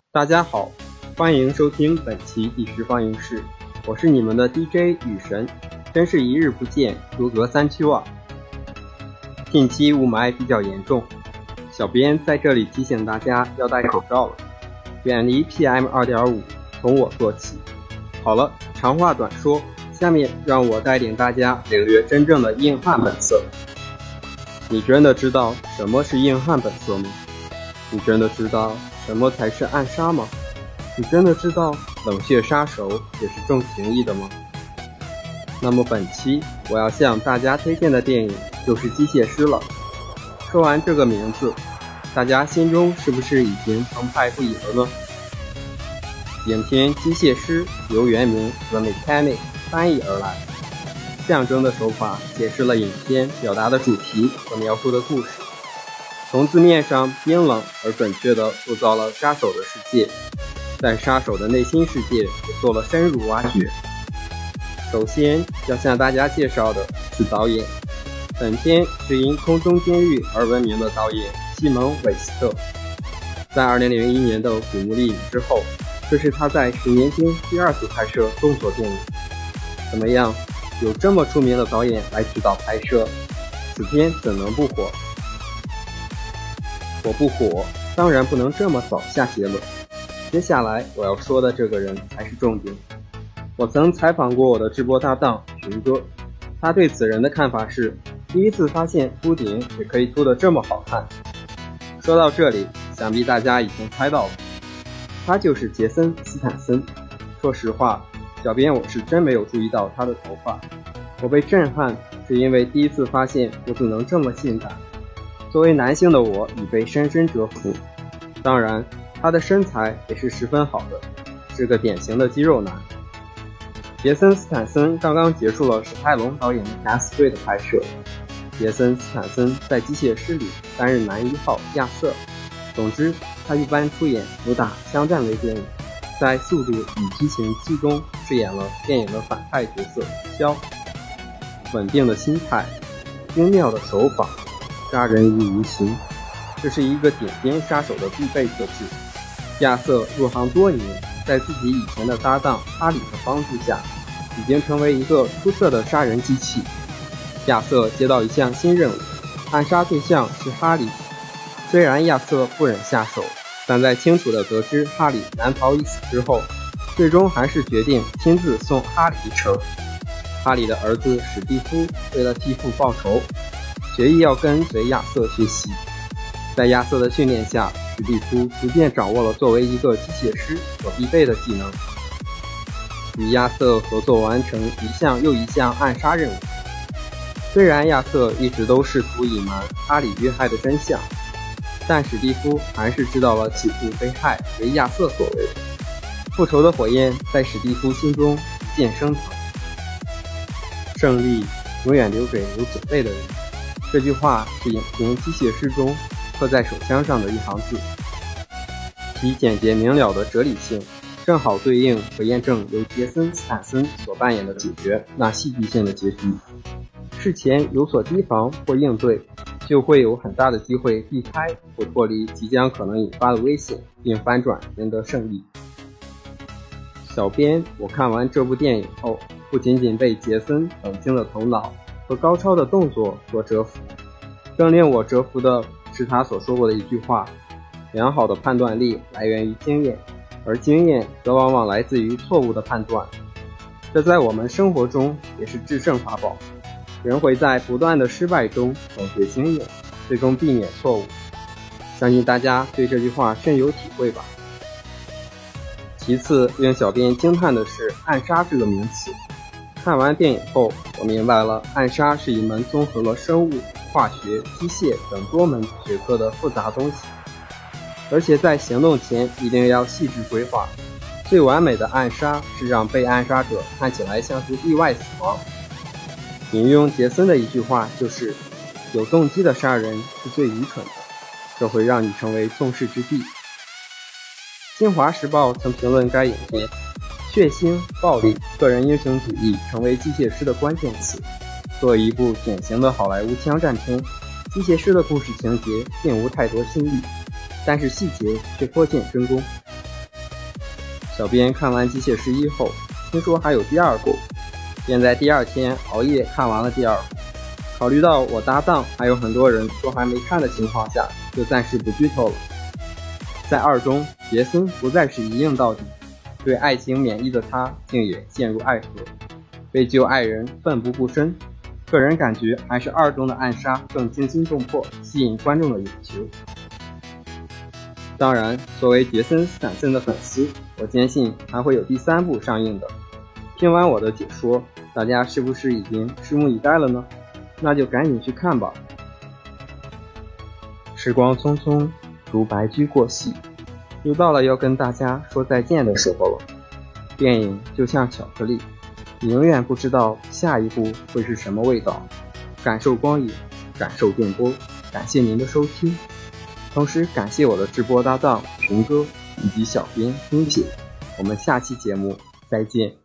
大家好，欢迎收听本期第10放映室，我是你们的 DJ 雨神，真是一日不见，如隔三秋啊！近期雾霾比较严重，小编在这里提醒大家要戴口罩了，远离 PM2.5， 从我做起。好了，长话短说，下面让我带领大家领略真正的硬汉本色。你真的知道什么是硬汉本色吗？你真的知道什么才是暗杀吗？你真的知道冷血杀手也是重情义的吗？那么本期我要向大家推荐的电影就是《机械师》了。说完这个名字，大家心中是不是已经澎湃不已了呢？影片《机械师》由原名 The Mechanic 翻译而来，象征的手法解释了影片表达的主题和描述的故事。从字面上冰冷而准确地塑造了杀手的世界，在杀手的内心世界也做了深入挖掘。首先要向大家介绍的是导演，本片是因空中监狱而闻名的导演西蒙·韦斯特。在2001年的《古墓丽影》之后，这是他在10年间第2次拍摄动作电影。怎么样，有这么出名的导演来指导拍摄，此片怎能不火？火不火，当然不能这么早下结论。接下来我要说的这个人才是重点。我曾采访过我的直播搭档群哥，他对此人的看法是，第一次发现秃顶也可以秃得这么好看。说到这里，想必大家已经猜到了，他就是杰森·斯坦森。说实话，小编我是真没有注意到他的头发，我被震撼是因为第一次发现胡子能这么性感。作为男性的我已被深深折服，当然他的身材也是十分好的，是个典型的肌肉男。杰森·斯坦森刚刚结束了史泰龙导演的《敢死队》的拍摄，杰森·斯坦森在《机械师》里担任男1号亚瑟。总之，他一般出演武打枪战类电影，在《速度与激情7》中饰演了电影的反派角色肖。稳定的心态，精妙的手法，杀人于无形，这是一个顶尖杀手的必备特质。亚瑟入行多年，在自己以前的搭档哈里的帮助下，已经成为一个出色的杀人机器。亚瑟接到一项新任务，暗杀对象是哈里。虽然亚瑟不忍下手，但在清楚地得知哈里难逃一死之后，最终还是决定亲自送哈里一程。哈里的儿子史蒂夫为了替父报仇，决意要跟随亚瑟学习。在亚瑟的训练下，史蒂夫逐渐掌握了作为一个机械师所必备的技能，与亚瑟合作完成一项又一项暗杀任务。虽然亚瑟一直都试图隐瞒哈里遇害的真相，但史蒂夫还是知道了起初被害为亚瑟所为。复仇的火焰在史蒂夫心中一渐升腾。胜利永远留给有准备的人，这句话是影片《机械师》中刻在手枪上的一行字，其简洁明了的哲理性正好对应和验证由杰森·斯坦森所扮演的主角那戏剧性的结局。事前有所提防或应对，就会有很大的机会避开或脱离即将可能引发的危险，并反转赢得胜利。小编我看完这部电影后，不仅仅被杰森冷静的头脑和高超的动作所折服，更令我折服的是他所说过的一句话：良好的判断力来源于经验，而经验则往往来自于错误的判断。这在我们生活中也是制胜法宝，人会在不断的失败中总结经验，最终避免错误。相信大家对这句话深有体会吧。其次令小编惊叹的是暗杀这个名词。看完电影后，我明白了暗杀是一门综合了生物、化学、机械等多门学科的复杂东西，而且在行动前一定要细致规划。最完美的暗杀是让被暗杀者看起来像是意外死亡。引用杰森的一句话就是：有动机的杀人是最愚蠢的，这会让你成为众矢之的。新华时报曾评论该影片，血腥、暴力、个人英雄主义成为机械师的关键词。作为一部典型的好莱坞枪战片，机械师的故事情节并无太多新意，但是细节却颇见真功。 小编看完《机械师1》后，听说还有第2部，便在第2天熬夜看完了第2部。考虑到我搭档还有很多人都还没看的情况下，就暂时不剧透了。在2中，杰森不再是一硬到底，对爱情免疫的他竟也陷入爱河，为救爱人奋不顾身。个人感觉还是2中的暗杀更惊心动魄，吸引观众的眼球。当然，作为杰森斯坦森的粉丝，我坚信还会有第3部上映的。听完我的解说，大家是不是已经拭目以待了呢？那就赶紧去看吧。时光匆匆，如白驹过隙，又到了要跟大家说再见的时候了。电影就像巧克力，你永远不知道下一步会是什么味道。感受光影，感受电波，感谢您的收听，同时感谢我的直播搭档熊哥以及小编冰姐。我们下期节目再见。